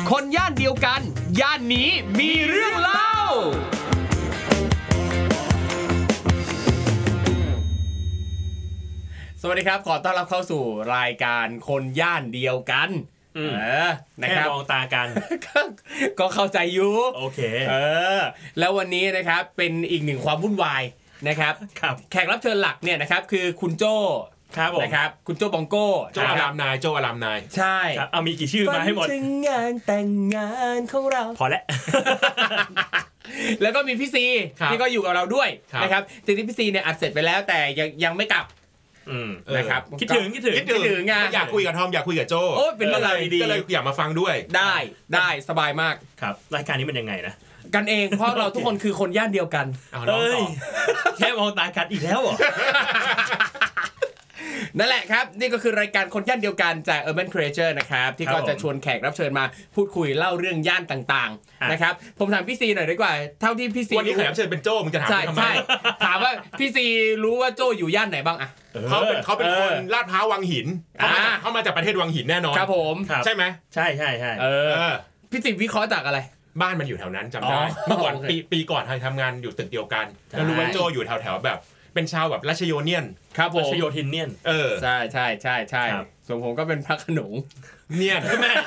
คนย่านเดียวกันย่านนี้มีเรื่องเล่าสวัสดีครับขอต้อนรับเข้าสู่รายการคนย่านเดียวกันนะครับแค่มองตากันก็เข้าใจอยู่โอเคแล้ววันนี้นะครับเป็นอีกหนึ่งความวุ่นวายนะครับแขกรับเชิญหลักเนี่ยนะครับคือคุณโจ้นะครับคุณโจ้บองโก้โจ้อารามนายโจ้อารามนายใช่เอามีกี่ชื่อมาให้หมดถึงงานแต่งงานของเราพอแล้วแล้วก็มีพี่ซีที่ก็อยู่กับเราด้วยนะครับจริงๆพี่ซีเนี่ยอัดเสร็จไปแล้วแต่ยังไม่กลับนะครับคิดถึงงานอยากคุยกับทอมอยากคุยกับโจ้โอ้เป็นอะไรดีก็เลยอยากมาฟังด้วยได้สบายมากครับรายการนี้มันยังไงนะกันเองเพราะเราทุกคนคือคนย่านเดียวกันแค่มองตากันอีกแล้วเหรอนั่นแหละครับนี่ก็คือรายการคนย่านเดียวกันจาก Urban Creature นะครับที่ก็จะชวนแขกรับเชิญมาพูดคุยเล่าเรื่องย่านต่างๆนะครับผมถามพี่ซีหน่อยดีกว่าเท่าที่พี่ซีวันนี้แขกรับเชิญเป็นโจ้มึงจะถามทำไมถามว่าพี่ซีรู้ว่าโจ้อยู่ย่านไหนบ้างอะเขาเป็นคนลาดพร้าววังหินเขามาจากประเทศวังหินแน่นอนครับผมใช่ไหมใช่พี่ซีวิเคราะห์จากอะไรบ้านมันอยู่แถวนั้นจำได้เมื่อก่อนปีก่อนทำงานอยู่ตึกเดียวกันแล้วรู้ว่าโจ้อยู่แถวแบบเป็นชาวแบบราชโยเนียนครับผมราชโยธินเนียนใช่ส่วนผมก็เป็นพระโขนงเนียน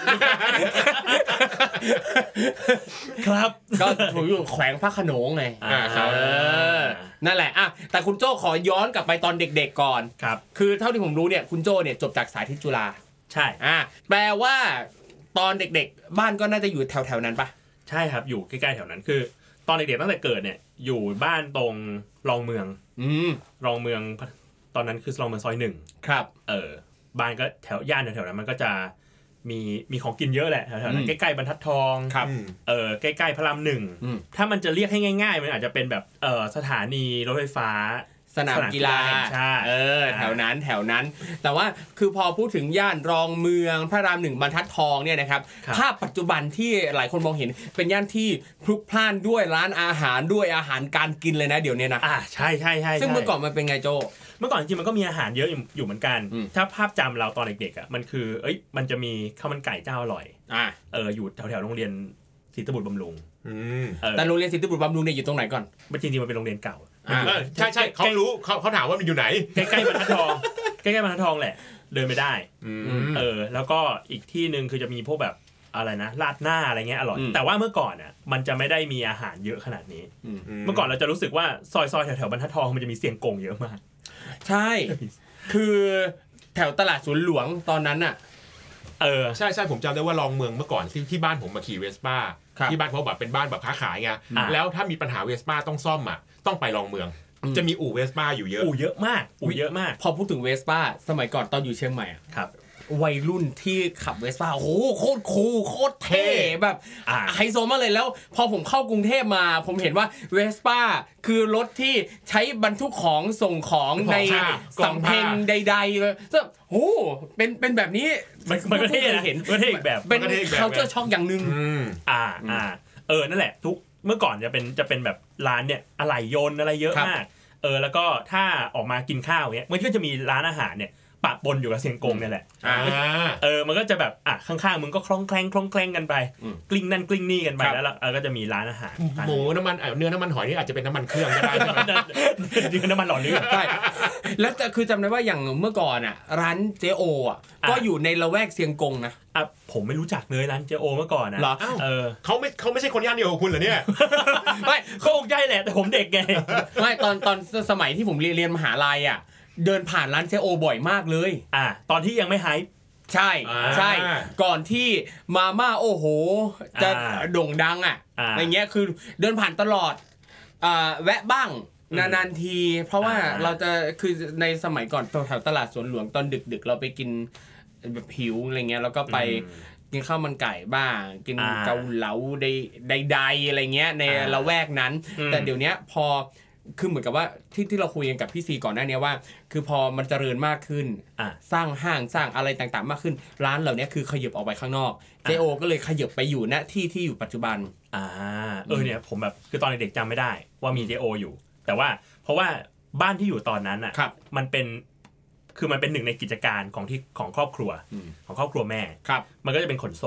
ครับก็ผมอยู่แขวงพระโขนงไงนั่นแหละอ่ะแต่คุณโจ้ขอย้อนกลับไปตอนเด็กๆก่อนครับคือเท่าที่ผมรู้เนี่ยคุณโจ้เนี่ยจบจากสาธิตจุฬาใช่แปลว่าตอนเด็กๆบ้านก็น่าจะอยู่แถวๆนั้นปะใช่ครับอยู่ใกล้ๆแถวนั้นคือตอนเด็กๆตั้งแต่เกิดเนี่ยอยู่บ้านตรงรองเมืองรองเมืองตอนนั้นคือรองเมืองซอย1 ครับบ้านก็แถวย่านแถวๆนั้นมันก็จะมีของกินเยอะแหละแถวๆนั้นใกล้ๆบรรทัดทองครับใกล้ๆพระราม1ถ้ามันจะเรียกให้ง่ายๆมันอาจจะเป็นแบบสถานีรถไฟฟ้าสนามกีฬาแถวนั้นแต่ว่าคือพอพูดถึงย่านรองเมืองพระราม1บรรทัดทองเนี่ยนะครับภาพปัจจุบันที่หลายคนมองเห็นเป็นย่านที่พลุกพล่านด้วยร้านอาหารด้วยอาหารการกินเลยนะเดี๋ยวนี้นะใช่ซึ่งเมื่อก่อนมันเป็นไงโจเมื่อก่อนจริงๆมันก็มีอาหารเยอะอยู่เหมือนกันถ้าภาพจำเราตอนเด็กๆอ่ะมันคือมันจะมีข้าวมันไก่เจ้าอร่อยอยู่แถวๆโรงเรียนศรีตบุตรบำรุงแต่โรงเรียนศรีตบุตรบำรุงเนี่ยอยู่ตรงไหนก่อนจริงๆมันเป็นโรงเรียนเก่าใช่เขารู้เขาถามว่ามันอยู่ไหนใกล้ๆบรรทัดทองใกล้ๆบรรทัดทองแหละเดินไปได้แล้วก็อีกที่นึงคือจะมีพวกแบบอะไรนะราดหน้าอะไรเงี้ยอร่อยแต่ว่าเมื่อก่อนอ่ะมันจะไม่ได้มีอาหารเยอะขนาดนี้เมื่อก่อนเราจะรู้สึกว่าซอยๆแถวๆบรรทัดทองมันจะมีเสียงกงเยอะมากใช่คือแถวตลาดสวนหลวงตอนนั้นอ่ะใช่ผมจำได้ว่ารองเมืองเมื่อก่อนที่บ้านผมมาขี่เวสป้าที่บ้านเพราะแบบเป็นบ้านแบบค้าขายไงแล้วถ้ามีปัญหาเวสป้าต้องซ่อมอ่ะต้องไปรองเมืองจะมีอู่เวสป้าอยู่เยอะอู่เยอะมากพอพูดถึงเวสป้าสมัยก่อนตอนอยู่เชียงใหม่ครับวัยรุ่นที่ขับเวสป้าโอ้โหโคตรคูลโคตรเท่แบบไฮโซมากเลยแล้วพอผมเข้ากรุงเทพมาผมเห็นว่าเวสป้าคือรถที่ใช้บรรทุกของส่งของในสำเพ็งใดๆเลยโอ้เป็นแบบนี้มันก็เท่เห็นก็เท่อีกแบบเป็น culture shock อย่างนึงนั่นแหละทุกเมื่อก่อนจะเป็นแบบร้านเนี่ยอะไหล่ยนต์อะไรเยอะมากแล้วก็ถ้าออกมากินข้าวเงี้ยมันก็จะมีร้านอาหารเนี่ยปะปนอยู่กับเสียงกงเนี่ยแหละมันก็จะแบบข้างๆมึงก็คล้องแคล้งกันไปกลิ้งนั่นกลิ้งนี่กันไปแล้วก็จะมีร้านอาหารหมูน้ำมันเนื้อน้ำมันหอยนี่อาจจะเป็นน้ำมันเครื่องก็ได้ใช่ไหมน้ำมันหล่อลื่นใช่แล้วคือจำได้ว่าอย่างเมื่อก่อนอ่ะร้านเจโออ่ะก็อยู่ในละแวกเสียงกงนะผมไม่รู้จักเลยร้านเจโอเมื่อก่อนนะเขาไม่ใช่คนย่านเดียวกับคุณเหรอเนี่ยไม่เขาคงใช่แหละแต่ผมเด็กไงไม่ตอนสมัยที่ผมเรียนมหาลัยอ่ะเดินผ่านร้านเจโอบ่อยมากเลยตอนที่ยังไม่ไฮป์ใช่ก่อนที่มาม่าโอ้โหจะโด่งดังอะไรเงี้ยคือเดินผ่านตลอดแวะบ้างนานๆทีเพราะว่าเราจะคือในสมัยก่อนแถวตลาดสวนหลวงตอนดึกๆเราไปกินแบบหิวอะไรเงี้ยแล้วก็ไปกินข้าวมันไก่บ้างกินเกาเหลาใดๆอะไรเงี้ยในละแวกนั้นแต่เดี๋ยวนี้พอคือเหมือนกับว่าที่เราคุยกันกับพี่ซีก่อนหน้านี้ว่าคือพอมันเจริญมากขึ้นสร้างห้างสร้างอะไรต่างๆมากขึ้นร้านเหล่านี้คือขยับออกไปข้างนอกเจโอก็เลยขยับไปอยู่ณที่อยู่ปัจจุบันเนี่ยผมแบบคือตอนเด็กๆจำไม่ได้ว่ามีเจโออยู่แต่ว่าเพราะว่าบ้านที่อยู่ตอนนั้นมันเป็นหนึ่งในกิจการของครอบครัวของครอบครัวแม่มันก็จะเป็นขนส่ง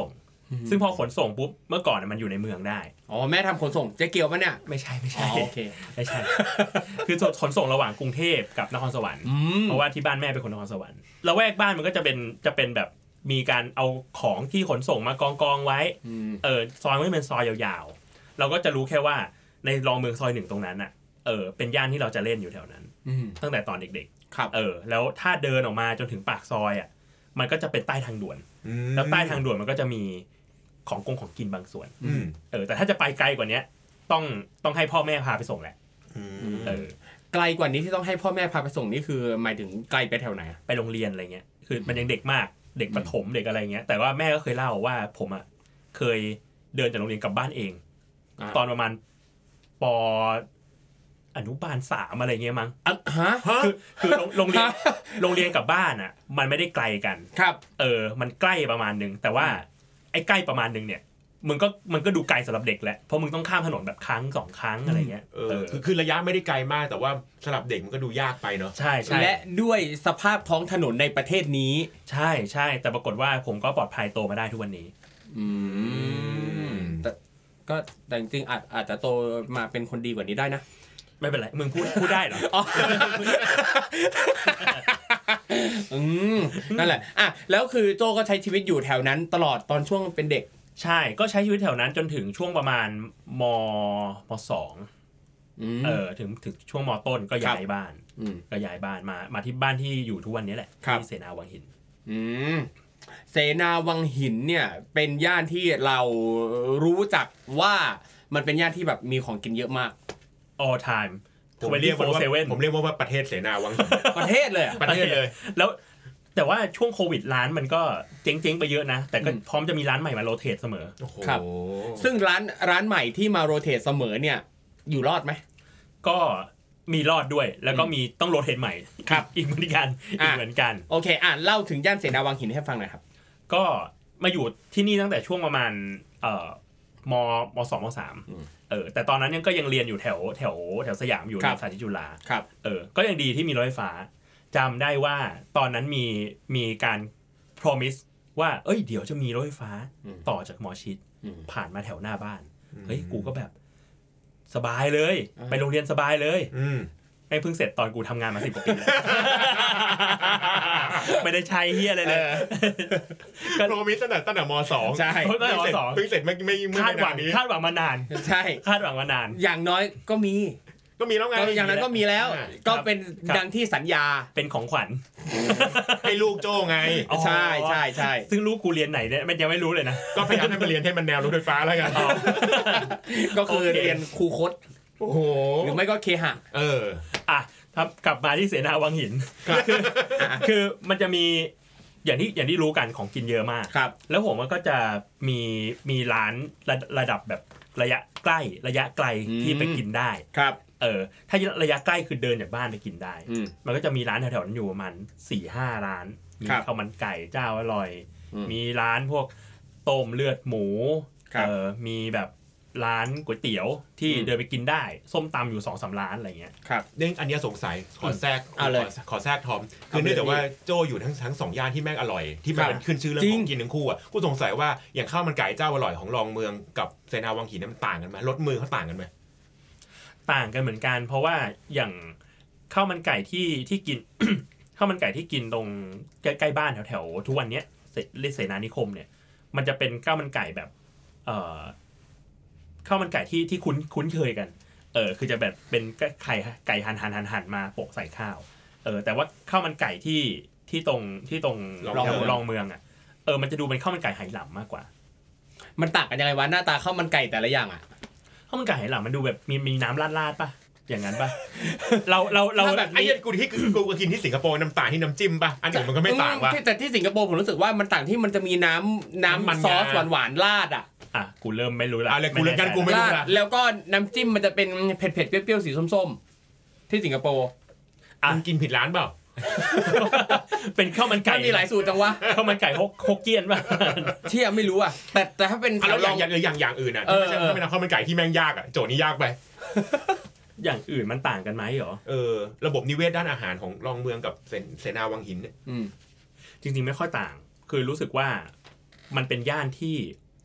ซึ่งพอขนส่งปุ๊บเมื่อก่อนมันอยู่ในเมืองได้อ๋อแม่ทำขนส่งเจ๊เกียวป่ะเนี่ยไม่ใช่โอเคไม่ใช่คือขนส่งระหว่างกรุงเทพกับนครสวรรค์เพราะว่าที่บ้านแม่เป็นคนนครสวรรค์ละแวกบ้านมันก็จะเป็นแบบมีการเอาของที่ขนส่งมากองไว้ซอยมันเป็นซอยยาวๆเราก็จะรู้แค่ว่าในรองเมืองซอย1ตรงนั้นน่ะเป็นย่านที่เราจะเล่นอยู่แถวนั้นตั้งแต่ตอนเด็กๆครับแล้วถ้าเดินออกมาจนถึงปากซอยอ่ะมันก็จะเป็นใต้ทางด่วนแล้วใต้ทางด่วนมันก็จะมีของกินบางส่วนแต่ถ้าจะไปไกลกว่านี้ต้องให้พ่อแม่พาไปส่งแหละไกลกว่านี้ที่ต้องให้พ่อแม่พาไปส่งนี่คือหมายถึงไกลไปแถวไหนไปโรงเรียนอะไรเงี้ยคือมันยังเด็กมากเด็กประถมเด็กอะไรเงี้ยแต่ว่าแม่ก็เคยเล่าว่าผมอ่ะเคยเดินจากโรงเรียนกลับบ้านเองตอนประมาณป.อนุบาล3อะไรเงี้ยมั้งคือโรงเรียนกับบ้านอ่ะมันไม่ได้ไกลกันครับมันใกล้ประมาณนึงแต่ว่าไอ้ใกล้ประมาณนึงเนี่ยมันก็ดูไกลสำหรับเด็กแหละเพราะมึงต้องข้ามถนนแบบครั้ง2ครั้งอะไรเงี้ยคือระยะไม่ได้ไกลมากแต่ว่าสำหรับเด็กมันก็ดูยากไปเนาะใช่และด้วยสภาพท้องถนนในประเทศนี้ใช่แต่ปรากฏว่าผมก็ปลอดภัยโตมาได้ทุกวันนี้แต่จริงๆอาจจะโตมาเป็นคนดีกว่านี้ได้นะไม่เป็นไรมึงพูดได้เหรอนั่นแหละแล้วคือโจก็ใช้ชีวิตอยู่แถวนั้นตลอดตอนช่วงเป็นเด็กใช่ก็ใช้ชีวิตแถวนั้นจนถึงช่วงประมาณม.2 ถึงช่วงม.ต้นก็ย้ายบ้านมาที่บ้านที่อยู่ทุกวันนี้แหละที่เสนาวังหินเสนาวังหินเนี่ยเป็นย่านที่เรารู้จักว่ามันเป็นย่านที่แบบมีของกินเยอะมาก all time ผมเรียกว่าประเทศเสนาวังหินประเทศเลยประเทศเลยแล้วแต่ว่าช่วงโควิดร้านมันก็เจ๊งๆไปเยอะนะแต่ก็พร้อมจะมีร้านใหม่มาโรเตทเสมอครับซึ่งร้านใหม่ที่มาโรเตทเสมอเนี่ยอยู่รอดไหมก็มีรอดด้วยแล้วก็มีต้องโรเตทใหม่อีกเหมือนกันโอเคเล่าถึงย่านเสนาวังหินให้ฟังหน่อยครับก็มาอยู่ที่นี่ตั้งแต่ช่วงประมาณม.2 ม.3แต่ตอนนั้นก็ยังเรียนอยู่แถวสยามอยู่ในสาธิตจุฬาก็ยังดีที่มีรถไฟฟ้าจำได้ว่าตอนนั้นมีการ promise ว่าเดี๋ยวจะมีรถไฟฟ้าต่อจากมอชิดผ่านมาแถวหน้าบ้านเฮ้ยกูก็แบบสบายเลยไปโรงเรียนสบายเลยไม่เพิ่งเสร็จตอนกูทำงานมา10 กว่าปีแล้วไม่ได้ใช้เฮียอะไรเลยก็โปรมิสตั้งแต่ม.2 ใช่ตั้งแต่ม.2 เพิ่งเสร็จไม่คาดหวังมานานใช่คาดหวังมานานอย่างน้อยก็มีแล้วไงอย่างนั้นก็มีแล้วก็เป็นดังที่สัญญาเป็นของขวัญให้ลูกโจ้ไงใช่ซึ่งลูกกูเรียนไหนเนี่ยมันยังไม่รู้เลยนะก็พยายามให้มันเรียนให้มันแนวรถไฟฟ้าแล้วกันก็คือเรียนครูคดโอ้โหหรือไม่ก็เคหะกลับมาที่เสนาวังหินคือมันจะมีอย่างที่รู้กันของกินเยอะมากแล้วผมก็จะมีร้านระดับแบบระยะไกลที่ไปกินได้ถ้าระยะใกล้คือเดินจากบ้านไปกินได้มันก็จะมีร้านแถวๆนั้นอยู่ประมาณ 4-5 ร้านมีข้าวมันไก่เจ้าอร่อยมีร้านพวกต้มเลือดหมูมีแบบร้านก๋วยเตี๋ยวที่เดินไปกินได้ส้มตำอยู่ 2-3 ร้านอะไรเงี้ยครับอันนี้สงสัยขอแทรกทอมคือเนื่องจากว่าโจอยู่ทั้ง2ย่านที่แม่งอร่อยที่มันเป็นขึ้นชื่อเรื่องของกินทั้งคู่อ่ะกูสงสัยว่าอย่างข้าวมันไก่เจ้าอร่อยของรองเมืองกับเสนาวังหินมันต่างกันมั้ยรสมือเขาต่างกันมั้ยต่างกันเหมือนกันเพราะว่าอย่างข้าวมันไก่ที่กิน ข้าวมันไก่ที่กินตรงใกล้ๆบ้านแถวๆทุกวันนี้เสนานิคมเนี่ยมันจะเป็นข้าวมันไก่แบบข้าวมันไก่ที่คุ้นเคยกันคือจะแบบเป็นไก่หั่นมาโปะใส่ข้าวแต่ว่าข้าวมันไก่ที่ตรงรองเมืองอ่ะมันจะดูเป็นข้าวมันไก่ไหหลำมากกว่ามันต่างกันยังไงวะหน้าตาข้าวมันไก่แต่ละอย่างอ่ะข้าวมันไก่ไหหลำมันดูแบบมีน้ำราดป่ะอย่างนั้นป่ะเราแบบไอ้กูกินที่สิงคโปร์น้ำตาลที่น้ำจิ้มป่ะอันอื่นมันก็ไม่ต่างป่ะแต่ที่สิงคโปร์ผมรู้สึกว่ามันต่างที่มันจะมีน้ำซอสหวานราดกูเริ่มไม่รู้ละกูเริ่มกันกูไม่รู้ละแล้วก็น้ำจิ้มมันจะเป็นเผ็ดๆเปรี้ยวๆสีส้มๆที่สิงคโปร์มึงกินผิดร้านเปล่าเป็นข้าวมันไก่มีหลายสูตรจังวะข้าวมันไก่ฮกเกี้ยนป่ะเชี่ยไม่รู้แต่ถ้าเป็นแล้วอย่างอื่นไม่ใช่ไม่เป็นข้าวมันไก่ที่แม่งยากโจทย์นี้ยากไปอย่างอื่นมันต่างกันไหมหรอระบบนิเวศด้านอาหารของรองเมืองกับเสนาวังหินเนี่ยจริงๆไม่ค่อยต่างคือรู้สึกว่ามันเป็นย่านที่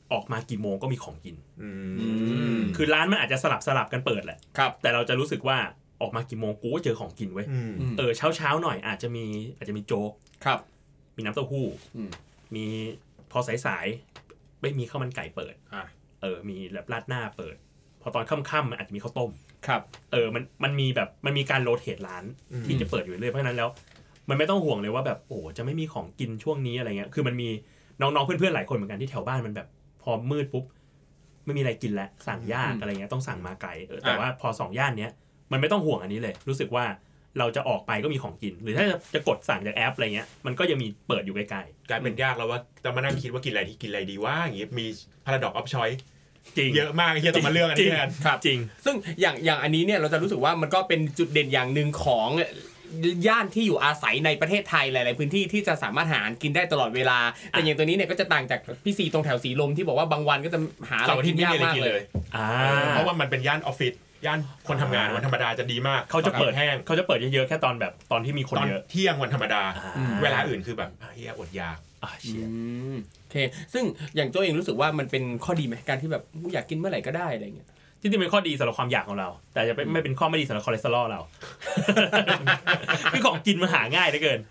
ออกมากี่โมงก็มีของกินคือร้านมันอาจจะสลับกันเปิดแหละแต่เราจะรู้สึกว่าออกมากี่โมงกูก็เจอของกินเว้ยเช้าหน่อยอาจจะมีโจ๊กมีน้ำเต้าหู้มีพอสายไม่มีข้าวมันไก่เปิดมีแบบราดหน้าเปิดพอตอนค่ำๆมันอาจจะมีข้าวต้มมันมีการโรเตทร้านที่จะเปิดอยู่เรื่อยเพราะฉะนั้นแล้วมันไม่ต้องห่วงเลยว่าแบบโอ้จะไม่มีของกินช่วงนี้อะไรเงี้ยคือมันมีน้องๆเพื่อนๆหลายคนเหมือนกันที่แถวบ้านมันแบบพอมืดปุ๊บไม่มีอะไรกินแล้วสั่งยากอะไรเงี้ยต้องสั่งมาไกลแต่ว่าพอ2ย่านเนี้ยมันไม่ต้องห่วงอันนี้เลยรู้สึกว่าเราจะออกไปก็มีของกินหรือถ้าจะกดสั่งจากแอปอะไรเงี้ยมันก็ยังมีเปิดอยู่ใกล้ๆกลายเป็นยากแล้วว่าจะมานั่งคิดว่ากินอะไรดีว่าอย่างงี้มี paradox of choice จริงเยอะมากที่ต้องมาเลือกอันนี้แทนจริงซึ่งอย่างอันนี้เนี่ยเราจะรู้สึกว่ามันก็เป็นจุดเด่นอย่างนึงของย่านที่อยู่อาศัยในประเทศไทยหลายๆพื้นที่ที่จะสามารถหากินได้ตลอดเวลาแต่อย่างตัวนี้เนี่ยก็จะต่างจากพี่ซีตรงแถวสีลมที่บอกว่าบางวันก็จะหาอะไรกินยากมากเลยเพราะว่ามันเป็นย่านออฟฟิศย่านคนทำงานวันธรรมดาจะดีมากเขาจะเปิดเยอะๆแค่ตอนที่มีคนเยอะเที่ยงวันธรรมดาเวลาอื่นคือแบบเฮียอดอยากโอเคซึ่งอย่างโจ้เองรู้สึกว่ามันเป็นข้อดีไหมการที่แบบอยากกินเมื่อไหร่ก็ได้อะไรเงี้ยจริงๆเป็นข้อดีสำหรับความอยากของเราแต่จะไม่เป็นข้อไม่ดีสำหรับคอเลสเตอรอลเราคือของกินมันหาง่ายเหลือเกิน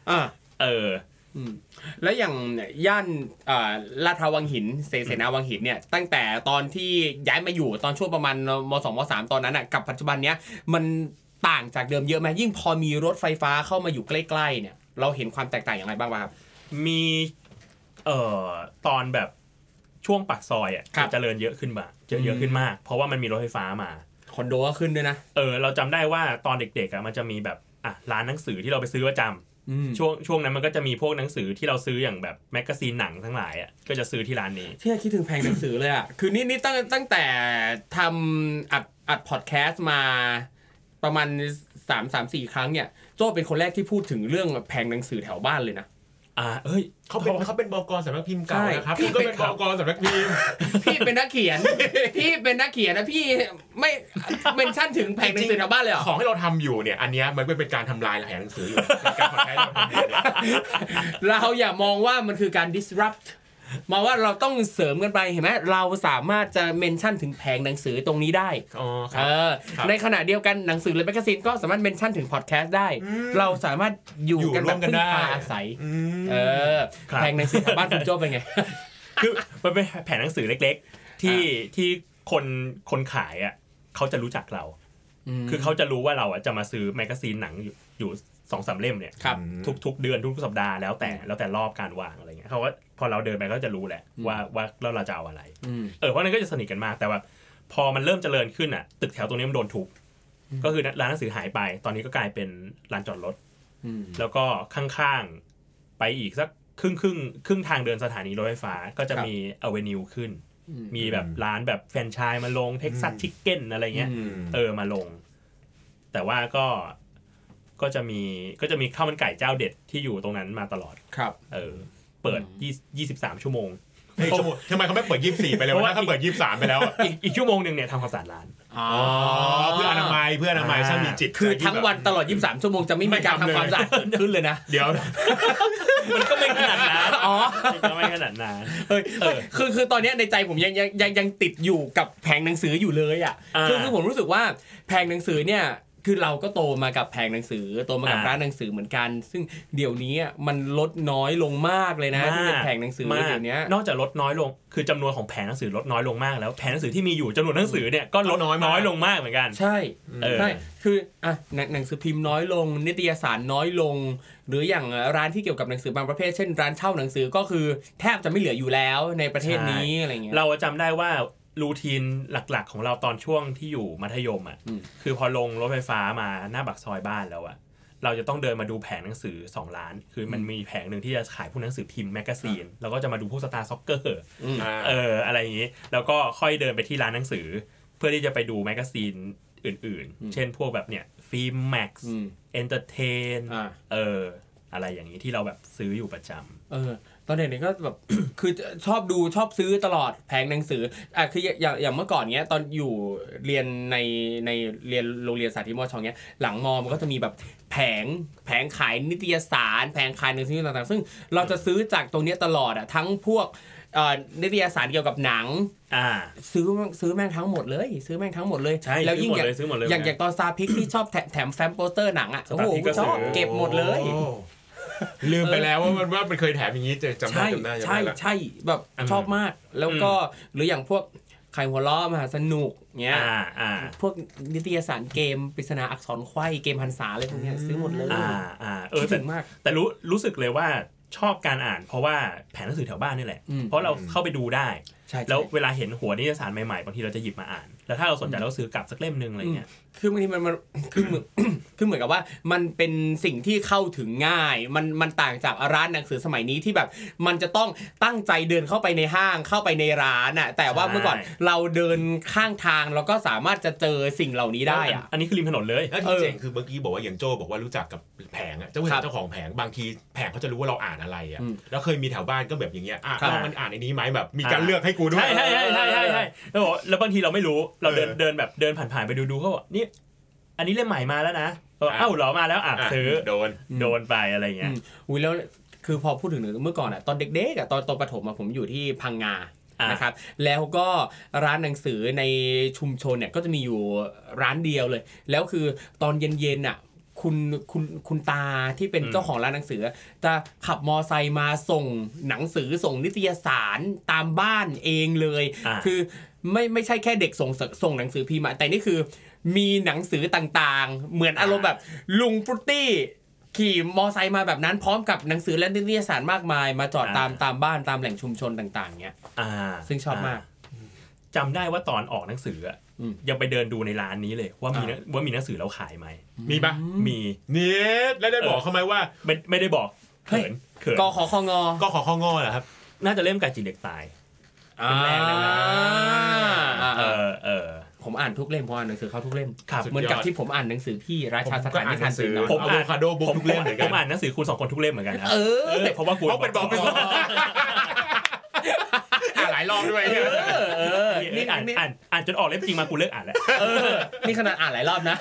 แล้วอย่างย่านลาดพร้าววังหินเสนาวังหินเนี่ยตั้งแต่ตอนที่ย้ายมาอยู่ตอนช่วงประมาณม.2 ม.3 ตอนนั้นน่ะกับปัจจุบันเนี้ยมันต่างจากเดิมเยอะมั้ยยิ่งพอมีรถไฟฟ้าเข้ามาอยู่ใกล้ๆเนี่ยเราเห็นความแตกต่างอย่างไรบ้างครับมีตอนแบบช่วงปากซอยอ่ะเจริญเยอะขึ้นมากเพราะว่ามันมีรถไฟฟ้ามาคอนโดก็ขึ้นด้วยนะเราจำได้ว่าตอนเด็กๆอ่ะมันจะมีแบบร้านหนังสือที่เราไปซื้อประจำช่วงนั้นมันก็จะมีพวกหนังสือที่เราซื้ออย่างแบบแมกกาซีนหนังทั้งหลายอ่ะก็จะซื้อที่ร้านนี้ที่คิดถึงแผงหนังสือเลยอ่ะคือนี่ตั้งแต่ทำอัดพอดแคสต์มาประมาณ 3-4 ครั้งเนี่ยโจ้เป็นคนแรกที่พูดถึงเรื่องแผงหนังสือแถวบ้านเลยนะเขาเป็นบก.สำนักพิมพ์เก่านะครับพี่ก็เป็นบก.สำนักพิมพ์พี่เป็นนักเขียนนะพี่ไม่เมนชั่นถึงแผงหนังสือแถวบ้านเลยเหรอของที่เราทำอยู่เนี่ยอันนี้มันเป็นการทำลายแผงหนังสืออยู่การพอดแคสต์เราอย่ามองว่ามันคือการ disrupt มาว่าเราต้องเสริมกันไปเห็นไหมเราสามารถจะเมนชั่นถึงแผงหนังสือตรงนี้ได้ในขณะเดียวกันหนังสือและแมกกาซีนก็สามารถเมนชั่นถึงพอดแคสต์ได้เราสามารถอยู่กันแบบพึ่งพาอาศัยแผงหนังสือแถวบ้านคุณโจ้เป็นไงคือมันเป็นแผงหนังสือเล็กๆที่คนขายอ่ะเขาจะรู้จักเราคือเขาจะรู้ว่าเราอ่ะจะมาซื้อแมกกาซีนหนังอยู่ 2-3 เล่มเนี่ยทุกเดือนทุกสัปดาห์แล้วแต่รอบการวางอะไรเงี้ยเขาก็พอเราเดินไปก็จะรู้แหละว่าเราจะเอาอะไรเพราะนั้นก็จะสนิทกันมากแต่ว่าพอมันเริ่มเจริญขึ้นอ่ะตึกแถวตรงนี้มันโดนทุบก็คือร้านหนังสือหายไปตอนนี้ก็กลายเป็นลานจอดรถแล้วก็ข้างๆไปอีกสักครึ่งทางเดินสถานีรถไฟฟ้าก็จะมีอเวนิวขึ้นมีแบบร้านแบบแฟรนไชส์มาลงเท็กซัสชิคเก้นอะไรเงี้ยมาลงแต่ว่าก็จะมีข้าวมันไก่เจ้าเด็ดที่อยู่ตรงนั้นมาตลอดครับเปิด23ชั่วโมงทำไมเขาไม่เปิด24ไปเลยว่าถ้าเปิด23ไปแล้วอีกชั่วโมงนึงเนี่ยทำความสะอาดร้านเพื่ออนามัยช่างมีจิตคือทั้งวันตลอด23ชั่วโมงจะไม่มีการทำความสะอาดขึ้นเลยนะเดี๋ยวมันก็ไม่ขนาดนั้นก็ไม่ขนาดนั้นคือตอนนี้ในใจผมยังติดอยู่กับแผงหนังสืออยู่เลยอ่ะคือผมรู้สึกว่าแผงหนังสือเนี่ยคือเราก็โตมากับแผงหนังสือโตมากับร้านหนังสือเหมือนกันซึ่งเดี๋ยวนี้มันลดน้อยลงมากเลยนะที่เป็นแผงหนังสือเดี๋ยวนี้นอกจากลดน้อยลงคือจำนวนของแผงหนังสือลดน้อยลงมากแล้วแผงหนังสือที่มีอยู่จำนวนหนังสือเนี่ยก็ลดน้อยลงมากเหมือนกันใช่คือหนังสือพิมพ์น้อยลงนิตยสารน้อยลงหรืออย่างร้านที่เกี่ยวกับหนังสือบางประเภทเช่นร้านเช่าหนังสือก็คือแทบจะไม่เหลืออยู่แล้วในประเทศนี้อะไรเงี้ยเราจำได้ว่ารูทีนหลักๆของเราตอนช่วงที่อยู่มัธยมอ่ะคือพอลงรถไฟฟ้ามาหน้าปากซอยบ้านแล้วอ่ะเราจะต้องเดินมาดูแผงหนังสือ2ร้านคือมันมีแผงนึงที่จะขายพวกหนังสือพิมพ์แมกกาซีนแล้วก็จะมาดูพวกสตาร์ซ็อกเกอร์อะไรอย่างงี้แล้วก็ค่อยเดินไปที่ร้านหนังสือเพื่อที่จะไปดูแมกกาซีนอื่นๆเช่นพวกแบบเนี่ยฟิล์มแม็กซ์เอนเตอร์เทนอะไรอย่างนี้ที่เราแบบซื้ออยู่ประจำตอนเด็กๆก็แบบ คือชอบซื้อตลอดแผงหนังสือคืออย่างเมื่อก่อนเนี้ยตอนอยู่เรียนในเรียนโรงเรียนสาธิตมอชองเนี้ยหลังมอมันก็จะมีแบบแผงขายนิตยสารแผงขายหนังสือต่างๆซึ่งเราจะซื้อจากตรงนี้ตลอดทั้งพวกนิตยสารเกี่ยวกับหนังซื้อแม่งทั้งหมดเลยแล้วยิ่งอย่างตอนซาพิกที่ชอบแถมแฟ้มโปสเตอร์หนังอ่ะโอ้โหชอบเก็บหมดเลยลืมไปแล้วว่ามันเคยแถมอย่างนี้จำได้ใช่แบบชอบมากแล้วก็หรืออย่างพวกไข่หัวล้อมหาสนุกเงี้ยพวกนิตยสารเกมปริศนาอักษรไขว้เกมพรรษาอะไรพวกนี้ซื้อหมดเลยถึงมากแต่รู้สึกเลยว่าชอบการอ่านเพราะว่าแผงหนังสือแถวบ้านนี่แหละเพราะเราเข้าไปดูได้แล้วเวลาเห็นหัวนิตยสารใหม่ๆบางทีเราจะหยิบมาอ่านแล้วถ้าเราสนใจเราซื้อกลับสักเล่มนึงอะไรเงี้ยคือบางทีมันคือเหมือนกับว่ามันเป็นสิ่งที่เข้าถึงง่ายมันต่างจากร้านหนังสือสมัยนี้ที่แบบมันจะต้องตั้งใจเดินเข้าไปในห้างเข้าไปในร้านอ่ะแต่ว่าเมื่อก่อนเราเดินข้างทางเราก็สามารถจะเจอสิ่งเหล่านี้ได้อ่ะอันนี้คือริมถนนเลยแล้วที่เจ๋งคือเมื่อกี้บอกว่าอย่างโจบอกว่ารู้จักกับแผงอ่ะเจ้าของแผงบางทีแผงเขาจะรู้ว่าเราอ่านอะไรอ่ะแล้วเคยมีแถวบ้านก็แบบอย่างเงี้ยลองมันอ่านในนี้ไหมแบบมีการเลือกให้กูด้วยใช่แล้วบางทีเราไม่รู้เราเดินแบบเดินผ่านๆไปดูเขาบอกนี่อันนี้เล่มใหม่มาแล้วนะเอ้าเหรอมาแล้วซื้อโดนไปอะไรเงี้ยอุ้ยแล้วคือพอพูดถึงเมื่อก่อนอ่ะตอนเด็กๆอ่ะตอนประถมผมอยู่ที่พังงานะครับแล้วก็ร้านหนังสือในชุมชนเนี่ยก็จะมีอยู่ร้านเดียวเลยแล้วคือตอนเย็นๆอ่ะคุณตาที่เป็นเจ้าของร้านหนังสือจะขับมอไซค์มาส่งหนังสือส่งนิตยสารตามบ้านเองเลยคือไม่ใช่แค่เด็กส่งหนังสือพิมพ์แต่นี่คือมีหนังสือต่างๆเหมือนอารมณ์แบบลุงฟรุตตี้ขี่มอไซค์มาแบบนั้นพร้อมกับหนังสือและนิตยสารมากมายมาจอดตามบ้านตามแหล่งชุมชนต่างๆเงี้ยซึ่งชอบมากจำได้ว่าตอนออกหนังสือยังไปเดินดูในร้านนี้เลยว่ามีหนังสือแล้วขายไหมมีปะมีนี่แล้วได้บอกเขาไหมว่าไม่ได้บอกเขินกขคงกขคงเหรอครับน่าจะเล่มไก่จีเด็กตายเป็นแรกนะผมอ่านทุกเล่มเพราะอ่านหนังสือเขาทุกเล่มเหมือนกับที่ผมอ่านหนังสือพี่ราชาสถานนิทานตื่นนอนผมอ่านคาโดบุ๊กทุกเล่มเหมือนกันผมอ่านหนังสือคุณ2คนทุกเล่มเหมือนกันครับเพราะว่ากูเป็นบอกหลายรอบด้วยนี่อ่านจนออกเล่มจริงมากูเลิกอ่านแล้วนี่ขนาดอ่านหลายรอบ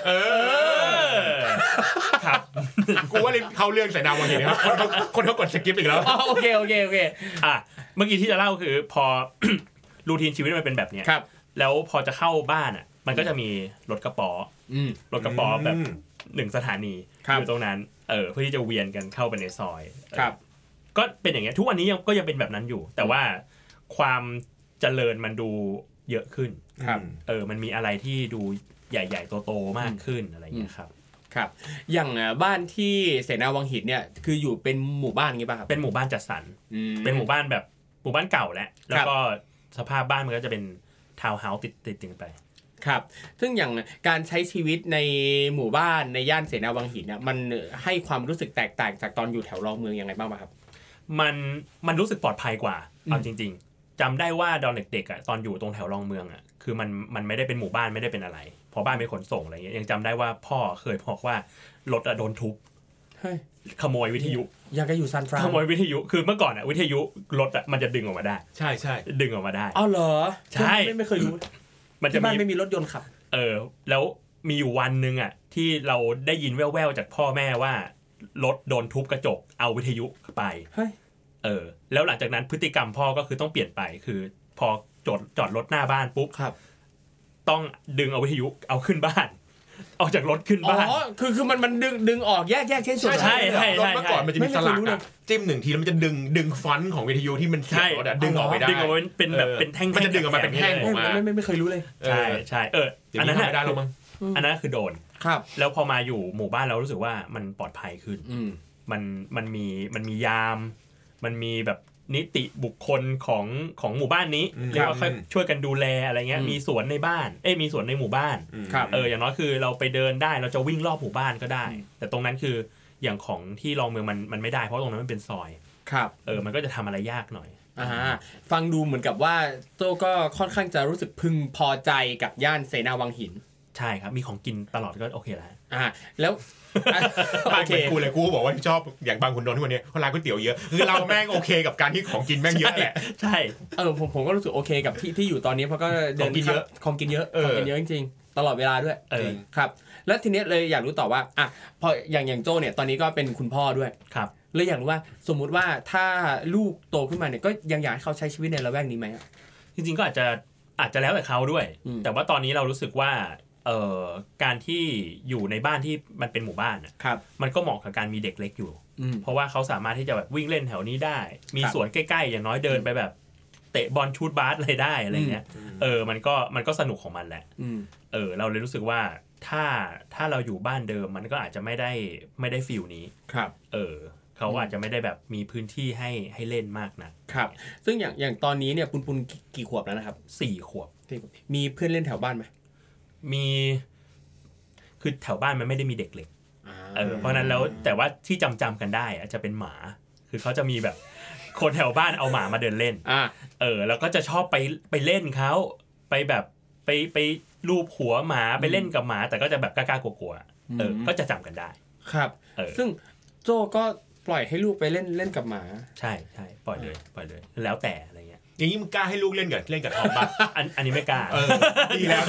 นะครับกูว่าเขาเรื่องใส่นามวันนี้ครับคนเขากดสกิปอีกแล้วโอเคเมื่อกี้ที่จะเล่าคือพอรูทีนชีวิตมันเป็นแบบนี้แล้วพอจะเข้าบ้านอ่ะมันก็จะมีรถกระป๋อแบบ1สถานีอยู่ตรงนั้นเพื่อที่จะเวียนกันเข้าไปในซอยก็เป็นอย่างเงี้ยทุกวันนี้ก็ยังเป็นแบบนั้นอยู่แต่ว่าความเจริญมันดูเยอะขึ้นมันมีอะไรที่ดูใหญ่ๆโตๆมากขึ้นอะไรอย่างเงี้ยครับอย่างบ้านที่เสนาวังหินเนี่ยคืออยู่เป็นหมู่บ้านงี้ป่ะครับเป็นหมู่บ้านจัดสรรเป็นหมู่บ้านแบบหมู่บ้านเก่าแล้วก็สภาพบ้านมันก็จะเป็นทาวน์เฮาส์ติดไปครับซึ่งอย่างการใช้ชีวิตในหมู่บ้านในย่านเสนาวังหินเนี่ยมันให้ความรู้สึกแตกต่างจากตอนอยู่แถวรอบเมืองยังไงบ้างครับมันรู้สึกปลอดภัยกว่าเอาจริงๆจำได้ว่าตอนเด็กๆอ่ะตอนอยู่ตรงแถวรองเมืองอ่ะคือมันไม่ได้เป็นหมู่บ้านไม่ได้เป็นอะไรเพราะบ้านเป็นขนส่งอะไรเงี้ยยังจำได้ว่าพ่อเคยบอกว่ารถโดนทุบขโมยวิทยุยังก็อยู่ซันฟรานขโมยวิทยุคือเมื่อก่อนอ่ะวิทยุรถอ่ะมันจะดึงออกมาได้ใช่ดึงออกมาได้อ๋อเหรอใช่ไม่เคยรู้มันจะบ้านไม่มีรถยนต์ขับแล้วมีอยู่วันนึงอ่ะที่เราได้ยินแว่วๆจากพ่อแม่ว่ารถโดนทุบกระจกเอาวิทยุไปแล้วหลังจากนั้นพฤติกรรมพ่อก็คือต้องเปลี่ยนไปคือพอจอดรถหน้าบ้านปุ๊บต้องดึงเอาวิทยุเอาขึ้นบ้านออกจากรถขึ้นบ้านคือมันดึงออกแยกเช่นส่วนใช่รถเมื่อก่อนมันจะมีสลักจิ้ม1ทีแล้วมันจะดึงฟอนต์ของวิทยุที่มันเสียบรถดึงออกไม่ได้ดึงออกเป็นแบบเป็นแท่งมันจะดึงออกมาเป็นแท่งออกมาไม่เคยรู้เลยใช่อันนั้นไม่ได้หรอกมั้งอันนั้นคือโดนแล้วพอมาอยู่หมู่บ้านเรารู้สึกว่ามันปลอดภัยขึ้นมันมียามมันมีแบบนิติบุคคลของหมู่บ้านนี้เรียกว่าช่วยกันดูแลอะไรเงี้ยมีสวนในบ้านมีสวนในหมู่บ้านอย่างน้อยคือเราไปเดินได้เราจะวิ่งรอบหมู่บ้านก็ได้แต่ตรงนั้นคืออย่างของที่รองเมืองมันไม่ได้เพราะตรงนั้นมันเป็นซอยมันก็จะทำอะไรยากหน่อยฟังดูเหมือนกับว่าโต้ก็ค่อนข้างจะรู้สึกพึงพอใจกับย่านเสนาวังหินใช่ครับมีของกินตลอดก็โอเคแล้วโอเคกูบอกว่าชอบอย่างบางขุนนนท์ทุกวันนี้เพราะร้านก๋วยเตี๋ยวเยอะคือเราแม่งโอเคกับการที่ของกินแม่งเยอะแหละใช่ผมก็รู้สึกโอเคกับที่อยู่ตอนนี้เพราะก็เดินเยอะของกินเยอะจริงๆตลอดเวลาด้วยครับแล้วทีนี้เลยอยากรู้ต่อว่าพออย่างโจ้เนี่ยตอนนี้ก็เป็นคุณพ่อด้วยเลยอยากรู้ว่าสมมุติว่าถ้าลูกโตขึ้นมาเนี่ยก็ยังอยากให้เขาใช้ชีวิตในละแวกนี้ไหมจริงๆก็อาจจะแล้วแต่เขาด้วยแต่ว่าตอนนี้เรารู้สึกว่าการที่อยู่ในบ้านที่มันเป็นหมู่บ้านมันก็เหมาะกับการมีเด็กเล็กอยู่เพราะว่าเขาสามารถที่จะแบบวิ่งเล่นแถวนี้ได้มีสวนใกล้ๆอย่างน้อยเดินไปแบบเตะบอลชูตบาสอะไรได้อะไรเงี้ยมันก็สนุกของมันแหละเราเลยรู้สึกว่าถ้าเราอยู่บ้านเดิมมันก็อาจจะไม่ได้ฟีลนี้ครับเขาอาจจะไม่ได้แบบมีพื้นที่ให้เล่นมากนะครับซึ่งอย่างตอนนี้เนี่ยปุณกี่ขวบแล้วนะครับ 4 ขวบมีเพื่อนเล่นแถวบ้านไหมมีคือแถวบ้านมันไม่ได้มีเด็กเล็กเพราะนั้นแล้วแต่ว่าที่จำกันได้จะเป็นหมาคือเขาจะมีแบบคนแถวบ้านเอาหมามาเดินเล่นแล้วก็จะชอบไปเล่นเขาไปแบบไปลูบหัวหมาไปเล่นกับหมาแต่ก็จะแบบกล้ากลัวๆก็จะจำกันได้ครับซึ่งโจก็ปล่อยให้ลูกไปเล่นกับหมาใช่ปล่อยเลยแล้วแต่อะไรเงี้ยอย่างนี้มึงกล้าให้ลูกเล่นกับทอมป่ะอันนี้ไม่กล้าดีแล้ว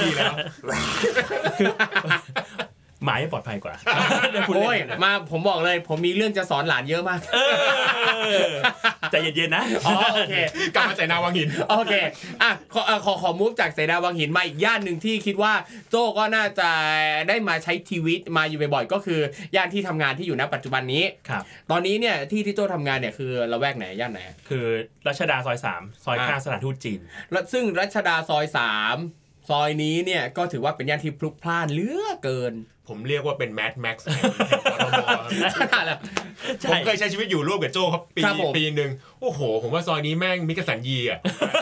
หมาปลอดภัยกว่าโอ้ยมาผมบอกเลยผมมีเรื่องจะสอนหลานเยอะมากใจเย็นๆนะโอเคกลับมาเสนาวังหินโอเคขอมูฟจากเสนาวังหินมาอีกย่านหนึ่งที่คิดว่าโจ้ก็น่าจะได้มาใช้ชีวิตมาอยู่บ่อยๆก็คือย่านที่ทำงานที่อยู่ณปัจจุบันนี้ตอนนี้เนี่ยที่โจ้ทำงานเนี่ยคือละแวกไหนย่านไหนคือรัชดาซอย3ซอยข้างสถานทูตจีนซึ่งรัชดาซอย3ซอยนี้เนี่ยก็ถือว่าเป็นย่านที่พลุกพล่านเหลือเกินผมเรียกว่าเป็นแมดแม็กซ์ผมเคยใช้ชีวิตอยู่ร่วมกับโจ้ครับปีนึงโอ้โหผมว่าซอยนี้แม่งมิกสันยีอ่ะ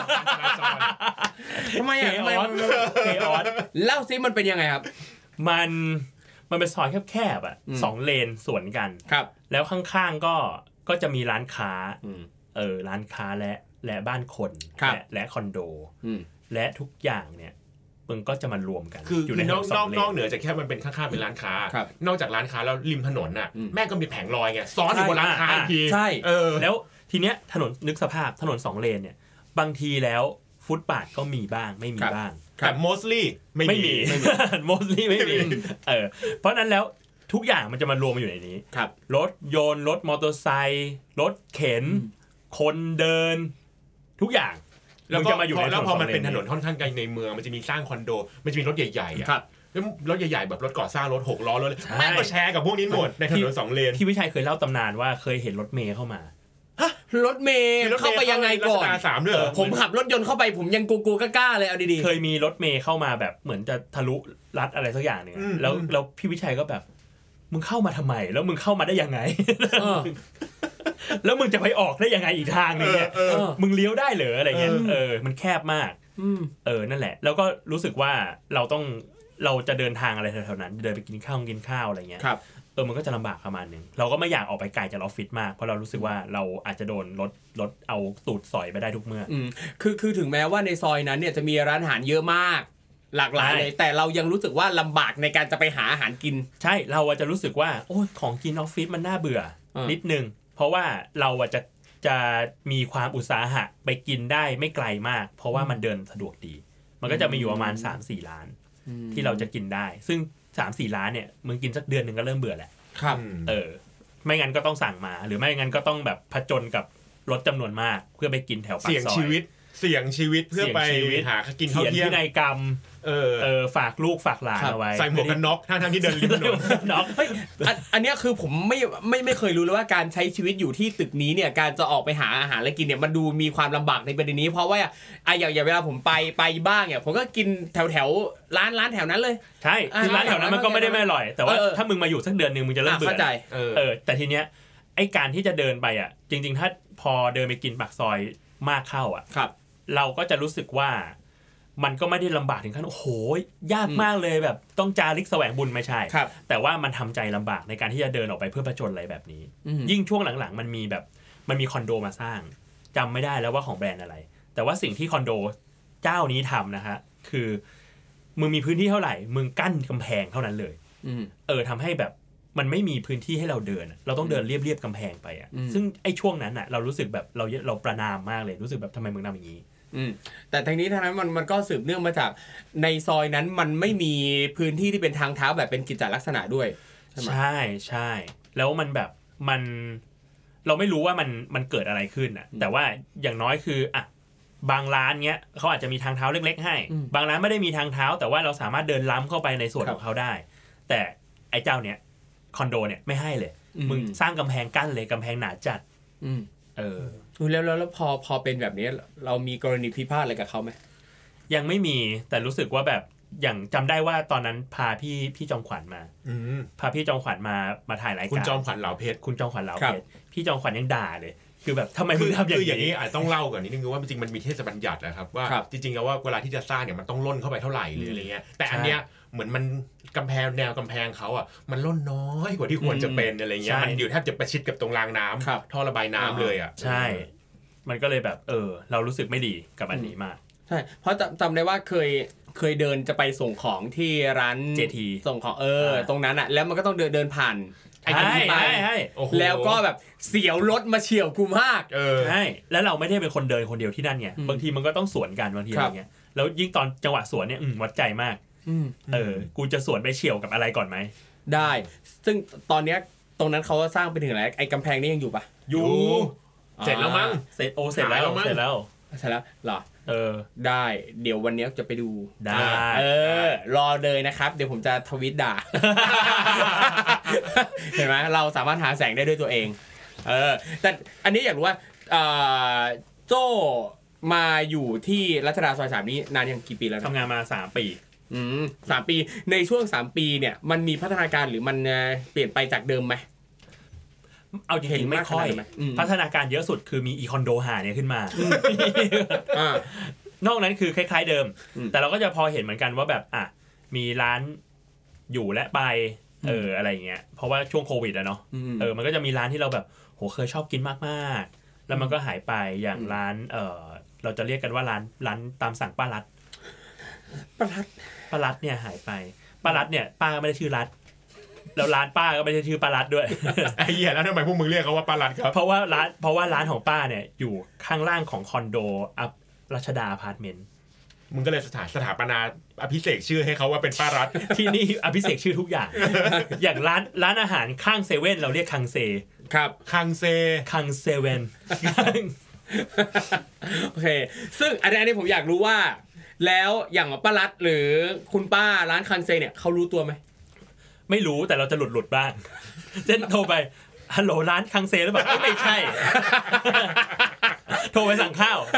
ทำไมเล่าซิมันเป็นยังไงครับมันเป็นซอยแคบๆอ่ะ2เลนสวนกันแล้วข้างๆก็จะมีร้านค้าร้านค้าและบ้านคนและคอนโดและทุกอย่างเนี่ยมึงก็จะมารวมกันอยู่ในนอกเหนือจากแค่มันเป็นข้างๆเป็นร้านค้านอกจากร้านค้าแล้วริมถนนน่ะแม่ก็มีแผงลอยไงซ้อนอยู่บนร้านค้าอีกทีใช่แล้วทีเนี้ยถนนนึกสภาพถนน2เลนเนี่ยบางทีแล้วฟุตบาทก็มีบ้างไม่มีบ้างแต่ mostly ไม่มี mostly ไม่มีเพราะนั้นแล้วทุกอย่างมันจะมารวมอยู่ในนี้รถยนต์รถมอเตอร์ไซค์รถเข็นคนเดินทุกอย่างแล้วพอมันเป็นถนนค่อนข้างไกลในเมืองมันจะมีสร้างคอนโดมันจะมีรถใหญ่ๆอ่ะแล้วรถใหญ่ๆแบบรถก่อสร้างรถ6 ล้อรถแม่งก็แชร์กับพวกนี้หมดในถนน2เลนพี่วิชัยเคยเล่าตำนานว่าเคยเห็นรถเมล์เข้ามารถเมล์เข้าไปยังไงก่อนผมขับรถยนต์เข้าไปผมยังกูกล้าเลยเอาดีๆเคยมีรถเมล์เข้ามาแบบเหมือนจะทะลุรัดอะไรสักอย่างนึงแล้วพี่วิชัยก็แบบมึงเข้ามาทำไมแล้วมึงเข้ามาได้ยังไงแล้วมึงจะไปออกได้ยังไงอีกทางนึงเนี่ยมึงเลี้ยวได้เหรออะไรเงี้ยมันแคบมากนั่นแหละแล้วก็รู้สึกว่าเราจะเดินทางอะไรแถวๆนั้นเดินไปกินข้าวอะไรเงี้ยมันก็จะลำบากประมาณนึงเราก็ไม่อยากออกไปไกลจากออฟฟิศมากเพราะเรารู้สึกว่าเราอาจจะโดนรถเอาตูดสอยไปได้ทุกเมื่อคือถึงแม้ว่าในซอยนั้นเนี่ยจะมีร้านอาหารเยอะมากหลากหลายเลยแต่เรายังรู้สึกว่าลำบากในการจะไปหาอาหารกินใช่เราจะรู้สึกว่าโอ้ของกินออฟฟิศมันน่าเบื่อนิดนึงเพราะว่าเราจะมีความอุตสาหะไปกินได้ไม่ไกลมากเพราะว่ามันเดินสะดวกดีมันก็จะมีอยู่ประมาณ 3-4 ร้านที่เราจะกินได้ซึ่ง 3-4 ร้านเนี่ยมึงกินสักเดือนนึงก็เริ่มเบื่อแหละครับไม่งั้นก็ต้องสั่งมาหรือไม่งั้นก็ต้องแบบผจญกับรถจำนวนมากเพื่อไปกินแถวปากซอยเสี่ยงชีวิตเพื่อไปหากินข้าวเที่ยงพินัยกรรมฝากลูกฝากหลานเอาไว้ใส่หมวกกันน็อกทั้งที่เดินริมถนนอันนี้คือผมไม่เคยรู้เลยว่าการใช้ชีวิตอยู่ที่ตึกนี้เนี่ยการจะออกไปหาอาหารและกินเนี่ยมันดูมีความลำบากในประเด็นนี้เพราะว่าอย่างเวลาผมไปบ้างเนี่ยผมก็กินแถวร้านแถวนั้นเลยใช่คือร้านแถวนั้นมันก็ไม่ได้ไม่อร่อยแต่ว่าถ้ามึงมาอยู่สักเดือนนึงมึงจะเริ่มเบื่อเข้าใจแต่ทีเนี้ยไอ้การที่จะเดินไปอ่ะจริงๆถ้าพอเดินไปกินปากซอยมากเข้าอ่ะเราก็จะรู้สึกว่ามันก็ไม่ได้ลำบากถึงขั้นโอ้โหยากมากเลยแบบต้องจาริกแสวงบุญไม่ใช่แต่ว่ามันทำใจลำบากในการที่จะเดินออกไปเพื่อผจญอะไรแบบนี้ยิ่งช่วงหลังๆมันมีคอนโดมาสร้างจำไม่ได้แล้วว่าของแบรนด์อะไรแต่ว่าสิ่งที่คอนโดเจ้านี้ทำนะฮะคือมึงมีพื้นที่เท่าไหร่มึงกั้นกำแพงเท่านั้นเลยทำให้แบบมันไม่มีพื้นที่ให้เราเดินเราต้องเดินเรียบกำแพงไปอ่ะซึ่งไอ้ช่วงนั้นอ่ะเรารู้สึกแบบเราประณามมากเลยรู้สึกแบบทำไมมึงทำอย่างนี้แต่ทั้งนี้ทั้งนั้นมันก็สืบเนื่องมาจากในซอยนั้นมันไม่มีพื้นที่ที่เป็นทางเท้าแบบเป็นกิจจลักษณะด้วยใช่แล้วมันแบบเราไม่รู้ว่ามันเกิดอะไรขึ้นอ่ะแต่ว่าอย่างน้อยคืออ่ะบางร้านเงี้ยเขาอาจจะมีทางเท้าเล็กๆให้บางร้านไม่ได้มีทางเท้าแต่ว่าเราสามารถเดินล้ำเข้าไปในส่วนของเขาได้แต่ไอ้เจ้าเนี้ยคอนโดเนี่ยไม่ให้เลยมึงสร้างกำแพงกั้นเลยกำแพงหนาจัดแล้วพอเป็นแบบนี้เรามีกรณีพิพาทอะไรกับเขาไหมยังไม่มีแต่รู้สึกว่าแบบอย่างจำได้ว่าตอนนั้นพาพี่จอมขวัญมาพาพี่จอมขวัญมาถ่ายรายการคุณจอมขวัญเหลาเพชรคุณจอมขวัญเหลาเพชรพี่จอมขวัญยังด่าเลยคือแบบทำไมมึงทำอย่างนี้อาจต้องเล่าก่อนนิดนึงว่าจริงมันมีเทศบัญญัตินะครับว่าจริงๆแล้วว่าเวลาที่จะสร้างเนี่ยมันต้องล่นเข้าไปเท่าไหร่หรืออะไรเงี้ยแต่อันเนี้ยเหมือนมันกำแพงแนวกำแพงเขาอ่ะมันล่นน้อยกว่าที่ควรจะเป็นอะไรเงี้ยมันอยู่แทบจะประชิดกับตรงรางน้ำท่อระบายน้ำเลยอ่ะใช่มันก็เลยแบบเรารู้สึกไม่ดีกับอันนี้มากใช่เพราะจำได้ว่าเคยเดินจะไปส่งของที่ร้าน JT ส่งของตรงนั้นอ่ะแล้วมันก็ต้องเดินผ่านไอ้ที่ไปแล้วก็แบบเสียวรถมาเฉี่ยวกูมากใช่แล้วเราไม่ได้เป็นคนเดินคนเดียวที่นั่นไงบางทีมันก็ต้องสวนกันบางทีอะไรเงี้ยแล้วยิ่งตอนจังหวะสวนเนี่ยวัดใจมากกูจะสวนไปเฉี่ยวกับอะไรก่อนไหมได้ซึ่งตอนเนี้ยตรงนั้นเขาสร้างไปถึงไหนไอ้กำแพงนี่ยังอยู่ปะอยู่เสร็จแล้วมั้งเสร็จแล้วเหรอได้เดี๋ยววันนี้จะไปดูได้รอเลยนะครับเดี๋ยวผมจะทวิตด่า เห็นไหมเราสามารถหาแสงได้ด้วยตัวเองแต่อันนี้อยากรู้ว่าโจ้มาอยู่ที่รัชดาซอย3นี้นานยังกี่ปีแล้วทำงานมา3 ปี 3 ปีในช่วง3 ปีเนี่ยมันมีพัฒนาการหรือมันเปลี่ยนไปจากเดิมไหมเอาจริงๆไม่ค่อยพัฒนาการเยอะสุดคือมีอีคอนโดหาเนี่ยขึ้นมานอกนั้นคือคล้ายๆเดิมแต่เราก็จะพอเห็นเหมือนกันว่าแบบมีร้านอยู่และไปอะไรอย่างเงี้ยเพราะว่าช่วงโควิดอะเนาะมันก็จะมีร้านที่เราแบบโหเคยชอบกินมากๆแล้วมันก็หายไปอย่างร้านเราจะเรียกกันว่าร้านตามสั่งป้ารัดเนี่ยหายไปป้ารัดเนี่ยป้าไม่ได้ชื่อรัดแล้วร้านป้าก็ไม่ใช่ชื่อป้ารัดด้วยไอ้เหี้ยแล้วทำไมพวกมึงเรียกเขาว่าป้ารัดครับเพราะว่าร้านของป้าเนี่ยอยู่ข้างล่างของคอนโดรัชดาอพาร์ตเมนต์มึงก็เลยสถาปนาอภิเษกชื่อให้เขาว่าเป็นป้ารัดที่นี่อภิเษกชื่อทุกอย่าง อย่างร้านอาหารข้างเซเว่นเราเรียกคังเซครับคังเซเว่นโอเคซึ่งอันนี้ผมอยากรู้ว่าแล้วอย่างป้ารัดหรือคุณป้าร้านคังเซเนี่ยเขารู้ตัวไหมไม่รู้แต่เราจะหลุดบ้างเช่นโทรไปฮัลโหลร้านคังเซหรือเปล่าไม่ใช่โทรไปสั่งข้าว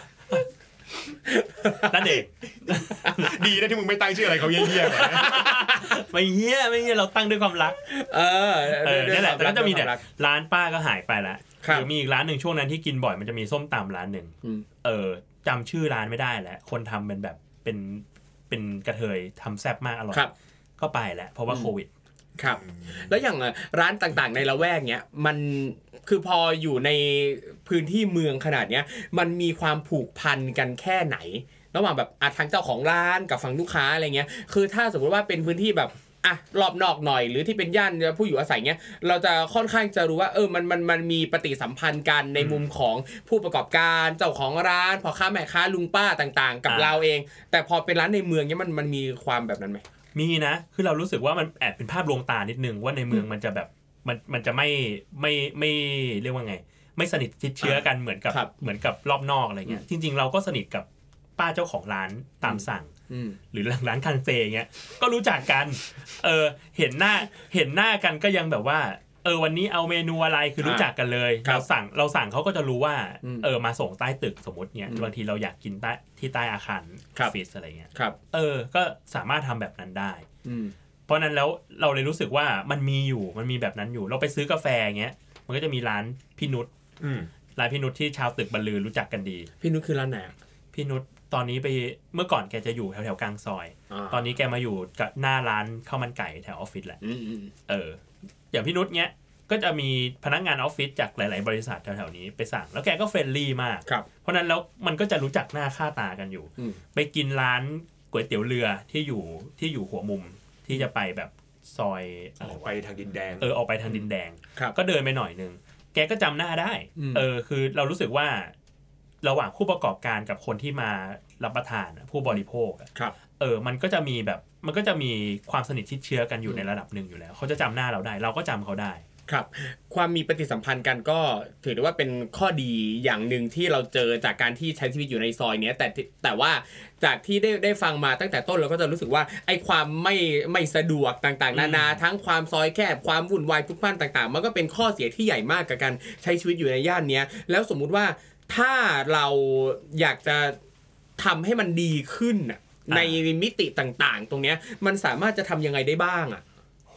นั่นเองดีนะที่มึงไม่ตั้งชื่ออะไรเขาเยี่ยๆไม่เยี่ยเราตั้งด้วยความรักนี่แหละแต่ก็จะมีเนี่ยร้านป้าก็หายไปแล้วหรือมีอีกร้านหนึ่งช่วงนั้นที่กินบ่อยมันจะมีส้มตำร้านหนึ่งจำชื่อร้านไม่ได้แล้วคนทำเป็นแบบเป็นกระเทยทำแซ่บมากอร่อยก็ไปแล้วเพราะว่าโควิดครับแล้วอย่างร้านต่างๆในละแวกเนี้ยมันคือพออยู่ในพื้นที่เมืองขนาดเนี้ยมันมีความผูกพันกันแค่ไหนระหว่างแบบทางเจ้าของร้านกับฝั่งลูกค้าอะไรเงี้ยคือถ้าสมมติว่าเป็นพื้นที่แบบรอบนอกหน่อยหรือที่เป็นย่านผู้อยู่อาศัยเงี้ยเราจะค่อนข้างจะรู้ว่ามันมีปฏิสัมพันธ์กันในมุมของผู้ประกอบการเจ้าของร้านพ่อค้าแม่ค้าลุงป้าต่างๆกับเราเองแต่พอเป็นร้านในเมืองเนี้ยมันมีความแบบนั้นไหมมีนะคือเรารู้สึกว่ามันแอบเป็นภาพลวงตานิดนึงว่าในเมืองมันจะแบบมันจะไม่เรียกว่าไงไม่สนิทชิดเชื้อกันเหมือนกับรอบนอกอะไรเงี้ยจริงๆเราก็สนิทกับป้าเจ้าของร้านตามสั่งหรือร้านคังเซเงี้ยก็รู้จักกันเห็นหน้ากันก็ยังแบบว่าวันนี้เอาเมนูอะไรคือรู้จักกันเลยเราสั่งเขาก็จะรู้ว่ามาส่งใต้ตึกสมมติเนี่ยบางทีเราอยากกินที่ใต้อาคารออฟฟิศอะไรเงี้ยก็สามารถทำแบบนั้นได้เพราะนั้นแล้วเราเลยรู้สึกว่ามันมีแบบนั้นอยู่เราไปซื้อกาแฟเงี้ยมันก็จะมีร้านพี่นุชร้านพี่นุชที่ชาวตึกบรรลือรู้จักกันดีพี่นุชคือร้านไหนพี่นุชตอนนี้ไปเมื่อก่อนแกจะอยู่แถวๆกลางซอยตอนนี้แกมาอยู่กับหน้าร้านข้าวมันไก่แถวออฟฟิศแหละอย่างพี่นุชเนี้ยก็จะมีพนักงานออฟฟิศจากหลายๆบริษัทแถวๆนี้ไปสั่งแล้วแกก็เฟรนลี่มากเพราะนั้นแล้วมันก็จะรู้จักหน้าค่าตากันอยู่ไปกินร้านก๋วยเตี๋ยวเรือที่อยู่หัวมุมที่จะไปแบบซอยออกไปทางดินแดงออกไปทางดินแดงก็เดินไปหน่อยนึงแกก็จำหน้าได้คือเรารู้สึกว่าระหว่างผู้ประกอบการกับคนที่มารับประทานผู้บริโภคมันก็จะมีความสนิทชิดเชื้อกันอยู่ในระดับหนึ่งอยู่แล้วเขาจะจำหน้าเราได้เราก็จำเขาได้ครับความมีปฏิสัมพันธ์กันก็ถือได้ว่าเป็นข้อดีอย่างหนึ่งที่เราเจอจากการที่ใช้ชีวิตอยู่ในซอยเนี้ยแต่ว่าจากที่ได้ฟังมาตั้งแต่ต้นเราก็จะรู้สึกว่าไอ้ความไม่สะดวกต่างๆนานาทั้งความซอยแคบความวุ่นวายพลุกพล่านต่างๆมันก็เป็นข้อเสียที่ใหญ่มากกับการใช้ชีวิตอยู่ในย่านเนี้ยแล้วสมมุติว่าถ้าเราอยากจะทำให้มันดีขึ้นในมิติต่างๆตรงเนี้ยมันสามารถจะทำยังไงได้บ้างโห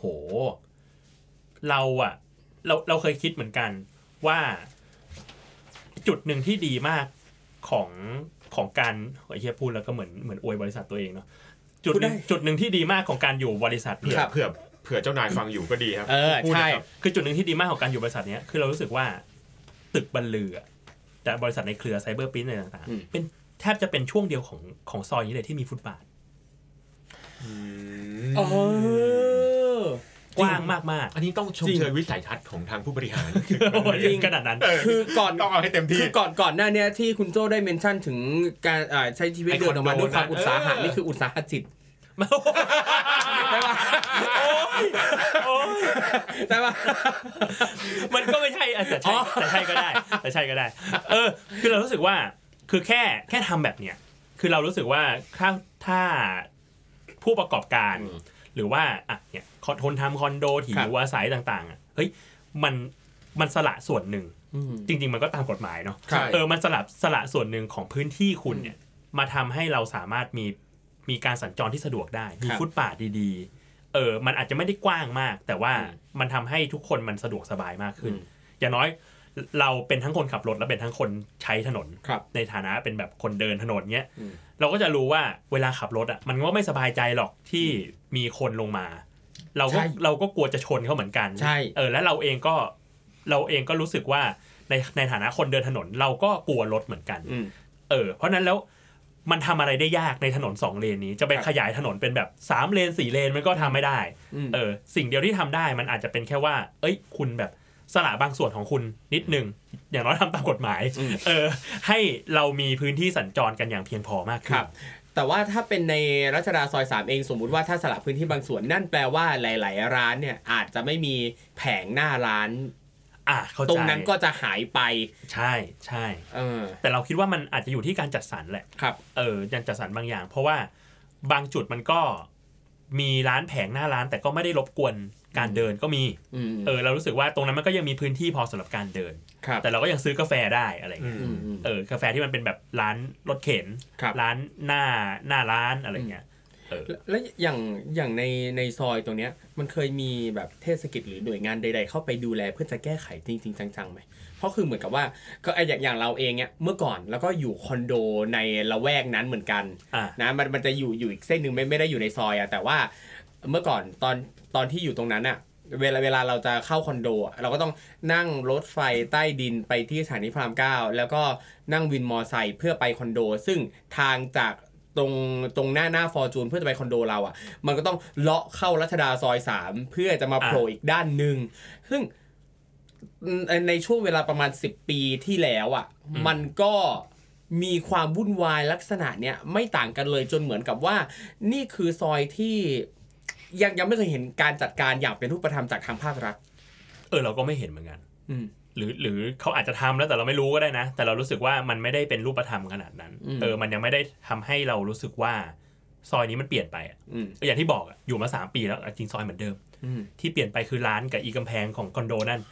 เราเคยคิดเหมือนกันว่าจุดหนึ่งที่ดีมากของการไอ้เหี้ยพูดแล้วก็เหมือนอวยบริษัทตัวเองเนาะจุดหนึ่งที่ดีมากของการอยู่บริษัทเผื่อเจ้านายฟังอยู่ก็ดีครับใช่คือจุดหนึ่งที่ดีมากของการอยู่บริษัทนี้คือเรารู้สึกว่าตึกบรรลือแต่บริษัทในเครือไซเบอร์ปิ้นอะไรต่างๆเป็นแทบจะเป็นช่วงเดียวของซอยนี้เลยที่มีฟุตบาทกว้างมากๆอันนี้ต้องชมเชยวิสัยทัศน์ของทางผู้บริหารจริงขนาดนั้นคือก่อนต้องเอาให้เต็มที่คือก่อนหน้านี้ที่คุณโจ้ได้เมนชั่นถึงการใช้ชีวิตเดินออกมาด้วยความอุตสาหะนี่คืออุตสาหจิตได้ป่ะได้ป่ะมันก็ไม่ใช่แต่ใช่ก็ได้คือเรารู้สึกว่าคือแค่ทำแบบเนี้ยคือเรารู้สึกว่าถ้าผู้ประกอบการหรือว่าเนี่ยคนทำคอนโดที่อยู่อาศัยต่างๆเฮ้ยมันสละส่วนหนึ่งจริงๆมันก็ตามกฎหมายเนาะมันสละส่วนหนึ่งของพื้นที่คุณเนี่ยมาทำให้เราสามารถมีการสัญจรที่สะดวกได้มีฟุตบาทดีๆมันอาจจะไม่ได้กว้างมากแต่ว่ามันทำให้ทุกคนมันสะดวกสบายมากขึ้นอย่างน้อยเราเป็นทั้งคนขับรถและเป็นทั้งคนใช้ถนนในฐานะเป็นแบบคนเดินถนนเนี้ยเราก็จะรู้ว่าเวลาขับรถมันก็ไม่สบายใจหรอกที่มีคนลงมาเราก็กลัวจะชนเขาเหมือนกันแล้วเราเองก็รู้สึกว่าในฐานะคนเดินถนนเราก็กลัวรถเหมือนกันเพราะนั้นแล้วมันทำอะไรได้ยากในถนน2เลนนี้จะไปขยายถนนเป็นแบบ3เลน4เลนมันก็ทำไม่ได้สิ่งเดียวที่ทำได้มันอาจจะเป็นแค่ว่าคุณแบบสละบางส่วนของคุณนิดนึงอย่างน้อยทำตามกฎหมายให้เรามีพื้นที่สัญจรกันอย่างเพียงพอมากขึ้นแต่ว่าถ้าเป็นในรัชดาซอย3เองสมมุติว่าถ้าสละพื้นที่บางส่วนนั่นแปลว่าหลายๆร้านเนี่ยอาจจะไม่มีแผงหน้าร้านตรงนั้นก็จะหายไปใช่แต่เราคิดว่ามันอาจจะอยู่ที่การจัดสรรแหละครับการจัดสรรบางอย่างเพราะว่าบางจุดมันก็มีร้านแผงหน้าร้านแต่ก็ไม่ได้รบกวนการเดินก็มีเรารู้สึกว่าตรงนั้นมันก็ยังมีพื้นที่พอสำหรับการเดินแต่เราก็ยังซื้อกาแฟได้อะไรเงี้ยกาแฟที่มันเป็นแบบร้านรถเข็นร้านหน้าร้านอะไรเงี้ยแล้วอย่างในซอยตรงเนี้ยมันเคยมีแบบเทศกิจหรือหน่วยงานใดๆเข้าไปดูแลเพื่อจะแก้ไขจริงๆจังๆไหมเพราะคือเหมือนกับว่าก็อย่างเราเองเนี่ยเมื่อก่อนแล้วก็อยู่คอนโดในละแวกนั้นเหมือนกันนะมันจะอยู่อีกเส้นนึงไม่ได้อยู่ในซอยแต่ว่าเมื่อก่อนตอนที่อยู่ตรงนั้นเวลาเราจะเข้าคอนโดเราก็ต้องนั่งรถไฟใต้ดินไปที่สถานีพระราม9แล้วก็นั่งวินมอไซค์เพื่อไปคอนโดซึ่งทางจากตรงหน้าฟอร์จูนเพื่อจะไปคอนโดเรามันก็ต้องเลาะเข้ารัชดาซอย3เพื่อจะมาโผล่อีกด้านนึงซึ่งในช่วงเวลาประมาณ10ปีที่แล้วมันก็มีความวุ่นวายลักษณะเนี้ยไม่ต่างกันเลยจนเหมือนกับว่านี่คือซอยที่ยังไม่เคยเห็นการจัดการอย่างเป็นรูปธรรมจากทางภาครัฐเราก็ไม่เห็นเหมือนกันหรือเขาอาจจะทำแล้วแต่เราไม่รู้ก็ได้นะแต่เรารู้สึกว่ามันไม่ได้เป็นรูปธรรมขนาดนั้นมันยังไม่ได้ทำให้เรารู้สึกว่าซอยนี้มันเปลี่ยนไปอย่างที่บอกอยู่มา3ปีแล้วจริงซอยเหมือนเดิมที่เปลี่ยนไปคือร้านกับอีกำแพงของคอนโดนั่น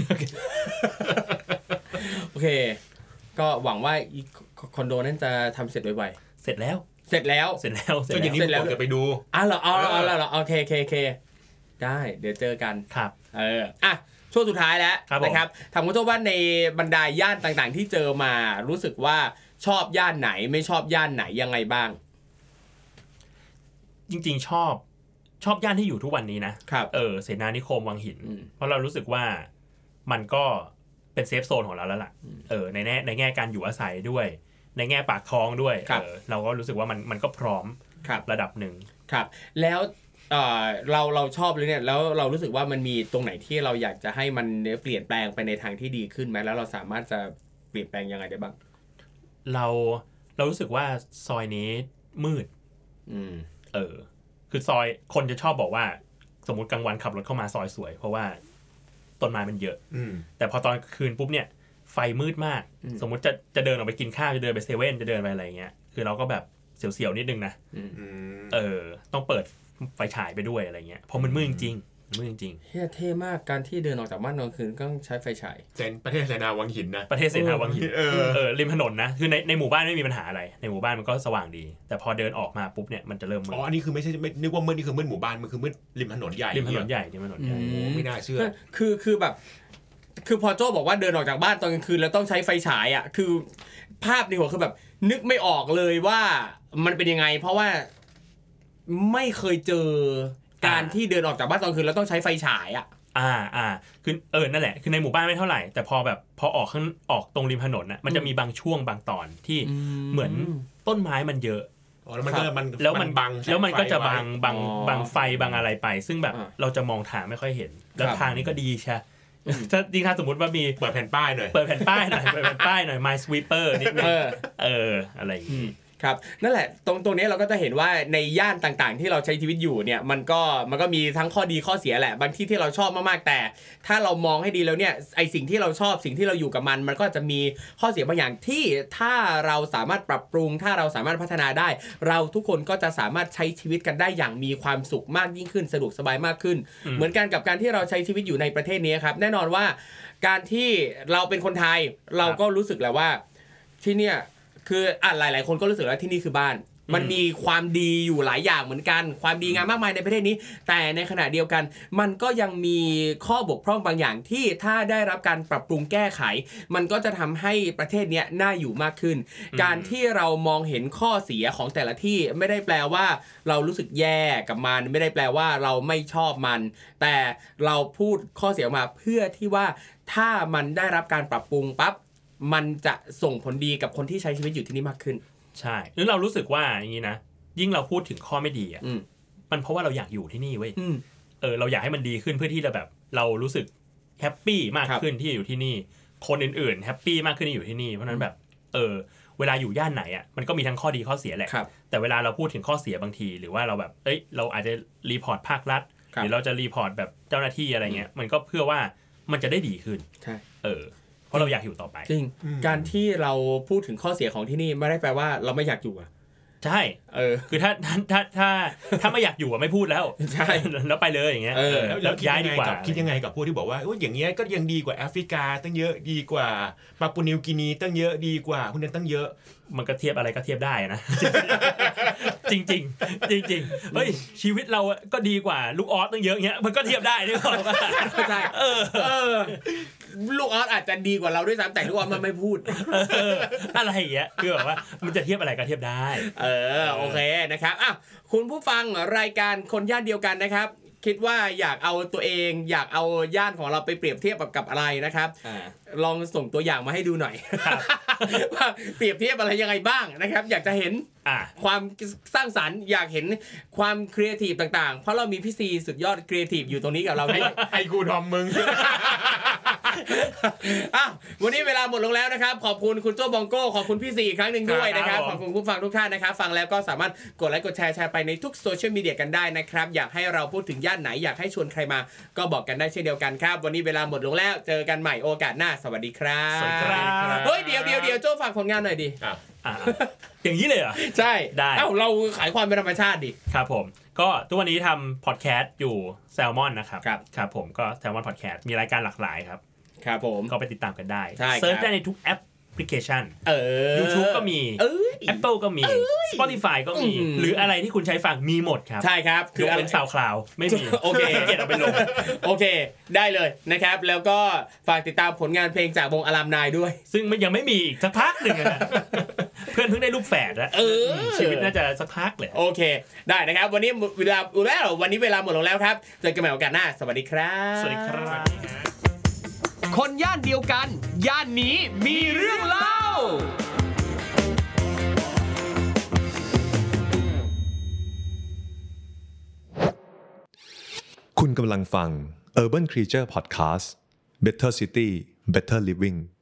โอเคก็หวังว่าคอนโดนั่นจะทำเสร็จไวๆเสร็จแล้วก็อย่างนี้เราจะไปดูเหรอโอเคได้เดี๋ยวเจอกันครับช่วงสุดท้ายแล้วนะครับถามคุณโจ้ว่าในบรรดาย่านต่างๆที่เจอมารู้สึกว่าชอบย่านไหนไม่ชอบย่านไหนยังไงบ้างจริงๆชอบย่านที่อยู่ทุกวันนี้นะครับเสนานิคมวังหินเพราะเรารู้สึกว่ามันก็เป็นเซฟโซนของเราแล้วล่ะในแง่การอยู่อาศัยด้วยในแง่ปากท้องด้วยเราก็รู้สึกว่ามันก็พร้อมระดับหนึ่งครับแล้วเราชอบเลยเนี่ยแล้วเรารู้สึกว่ามันมีตรงไหนที่เราอยากจะให้มันเปลี่ยนแปลงไปในทางที่ดีขึ้นไหมแล้วเราสามารถจะเปลี่ยนแปลงยังไงได้บ้างเรารู้สึกว่าซอยนี้มืดคือซอยคนจะชอบบอกว่าสมมุติกลางวันขับรถเข้ามาซอยสวยเพราะว่าต้นไม้มันเยอะแต่พอตอนคืนปุ๊บเนี่ยไฟมืดมากสมมุติจะเดินออกไปกินข้าวจะเดินไปเซเว่นจะเดินไปอะไรเงี้ยคือเราก็แบบเสียวๆนิดนึงนะต้องเปิดไฟฉายไปด้วยอะไรเงี้ยเพราะมันมืดจริงมืดจริงเท่มากการที่เดินออกจากบ้านตอนคืนก็ใช้ไฟฉายประเทศเสนาวังหินนะประเทศเสนาวังหินริมถนนนะคือในหมู่บ้านไม่มีปัญหาอะไรในหมู่บ้านมันก็สว่างดีแต่พอเดินออกมาปุ๊บเนี่ยมันจะเริ่มมืดอันนี้คือไม่ใช่นึกว่ามืดนี่คือมืดหมู่บ้านมันคือมืดริมถนนใหญ่ริมถนนใหญ่ไม่น่าเชื่อคือแบบคือพอโจ้บอกว่าเดินออกจากบ้านตอนกลางคืนแล้วต้องใช้ไฟฉายอ่ะคือภาพในหัวคือแบบนึกไม่ออกเลยว่ามันเป็นยังไงเพราะว่าไม่เคยเจอการที่เดินออกจากบ้านตอนคืนแล้วต้องใช้ไฟฉายอ่ะคือนั่นแหละคือในหมู่บ้านไม่เท่าไหร่แต่พอออกตรงริมถนนน่ะมันจะมีบางช่วงบางตอนที่เหมือนต้นไม้มันเยอะแล้วมันบังแล้วมันก็จะบังไฟบังอะไรไปซึ่งแบบเราจะมองทางไม่ค่อยเห็นแล้วทางนี้ก็ดีใช่ถ้าสมมติว่ามีเปิดแผ่นป้ายหน่อย My Sweeper นิดนึงอะไรอย่างงี้ครับนั่นแหละตรงนี้เราก็จะเห็นว่าในย่านต่างๆที่เราใช้ชีวิตอยู่เนี่ยมันก็มีทั้งข้อดีข้อเสียแหละบางที่เราชอบมากๆแต่ถ้าเรามองให้ดีแล้วเนี่ยไอสิ่งที่เราชอบสิ่งที่เราอยู่กับมันก็จะมีข้อเสียบางอย่างที่ถ้าเราสามารถปรับปรุงถ้าเราสามารถพัฒนาได้เราทุกคนก็จะสามารถใช้ชีวิตกันได้อย่างมีความสุขมากยิ่งขึ้นสะดวกสบายมากขึ้นเหมือนกันกับการที่เราใช้ชีวิตอยู่ในประเทศนี้ครับแน่นอนว่าการที่เราเป็นคนไทยเราก็รู้สึกแล้วว่าที่เนี่ยคือหลายๆคนก็รู้สึกว่าที่นี่คือบ้านมันมีความดีอยู่หลายอย่างเหมือนกันความดีงามมากมายในประเทศนี้แต่ในขณะเดียวกันมันก็ยังมีข้อบกพร่องบางอย่างที่ถ้าได้รับการปรับปรุงแก้ไขมันก็จะทำให้ประเทศนี้น่าอยู่มากขึ้นการที่เรามองเห็นข้อเสียของแต่ละที่ไม่ได้แปลว่าเรารู้สึกแย่กับมันไม่ได้แปลว่าเราไม่ชอบมันแต่เราพูดข้อเสียมาเพื่อที่ว่าถ้ามันได้รับการปรับปรุงปั๊บมันจะส่งผลดีกับคนที่ใช้ชีวิตอยู่ที่นี่มากขึ้นใช่หรือเรารู้สึกว่าอย่างนี้นะยิ่งเราพูดถึงข้อไม่ดีอ่ะมันเพราะว่าเราอยากอยู่ที่นี่เว้ยเราอยากให้มันดีขึ้นเพื่อที่จะแบบเรารู้สึกแฮปปี้มากขึ้นที่อยู่ที่นี่คนอื่นๆแฮปปี้มากขึ้นที่อยู่ที่นี่เพราะนั้นแบบเวลาอยู่ย่านไหนอ่ะมันก็มีทั้งข้อดีข้อเสียแหละแต่เวลาเราพูดถึงข้อเสียบางทีหรือว่าเราแบบเราอาจจะรีพอร์ตภาครัฐหรือเราจะรีพอร์ตแบบเจ้าหน้าที่อะไรเงี้ยมันก็เพื่อว่ามันจะได้ดีขึ้นใช่เพราะเราอยากอยู่ต่อไปจริงการที่เราพูดถึงข้อเสียของที่นี่ไม่ได้แปลว่าเราไม่อยากอยู่อ่ะใช่คือถ้าไม่อยากอยู่อ่ะไม่พูดแล้วใช่แล้วไปเลยอย่างเงี้ยแล้วย้ายดีกว่าคิดยังไงกับพวกที่บอกว่าอย่างเงี้ยก็ยังดีกว่าแอฟริกาตั้งเยอะดีกว่าปาปัวนิวกินีตั้งเยอะดีกว่าคุณนั้นตั้งเยอะมันก็เทียบอะไรก็เทียบได้นะจริงเฮ้ยชีวิตเราก็ดีกว่าลูกออสตั้งเยอะเงี้ยมันก็เทียบได้นี่หรอใช่ลูกออสอาจจะดีกว่าเราด้วยซ้ำแต่ลูกออสมันไม่พูดอะไรอย่างเงี้ยคือแบบว่ามันจะเทียบอะไรก็เทียบได้โอเคนะครับคุณผู้ฟังรายการคนย่านเดียวกันนะครับคิดว่าอยากเอาตัวเองอยากเอาย่านของเราไปเปรียบเทียบกับอะไรนะครับลองส่งตัวอย่างมาให้ดูหน่อยว่าเปรียบเทียบอะไรยังไงบ้างนะครับอยากจะเห็นความสร้างสรรค์อยากเห็นความครีเอทีฟต่างๆเพราะเรามีพี่ซีสุดยอดครีเอทีฟอยู่ตรงนี้กับเราด้วยไอ้กูทอมมึงวันนี้เวลาหมดลงแล้วนะครับขอบคุณคุณโจ้บองโก้ขอบคุณพี่ซีอีกครั้งนึงด้วยนะครับขอบคุณผู้ฟังทุกท่านนะครับฟังแล้วก็สามารถกดไลค์กดแชร์ไปในทุกโซเชียลมีเดียกันได้นะครับอยากให้เราพูดถึงย่านไหนอยากให้ชวนใครมาก็บอกกันได้เช่นเดียวกันครับวันนี้เวลาหมดลงแล้วเจอกันใหม่โอกาสหน้าสวัสดีครับสวัสดีครับเฮ้ยเดี๋ยวโจ้ฝากผลงานหน่อยดิอย่างนี้เลยเหรอใช่ได้เราขายความเป็นธรรมชาติดิครับผมก็ทุกวันนี้ทำพอดแคสต์อยู่แซลมอนนะครับครับผมก็แซลมอนพอดแคสต์มีรายการหลากหลายครับครับผมก็ไปติดตามกันได้เซิร์ชได้ในทุกแอปพลิเคชัน YouTube ก็มี Apple ก็มี Spotify ก็มีหรืออะไรที่คุณใช้ฟังมีหมดครับใช่ครับคือเป็นซาวคลาวไม่มีโอเคเกียรติเอาไปลงโอเคได้เลยนะครับแล้วก็ฝากติดตามผลงานเพลงจากวงอารามนายด้วยซึ่งมันยังไม่มีอีกสักพักหนึ่งนะเพื่อนเพิ่งได้ลูกแฝดแล้วชีวิตน่าจะสักพักเลยโอเคได้นะครับวันนี้เวลาหมดลงแล้วครับเจอกันใหม่โอกาสหน้าสวัสดีครับสวัสดีครับคนย่านเดียวกันย่านนี้มีเรื่องเล่าคุณกำลังฟัง Urban Creature Podcast Better City Better Living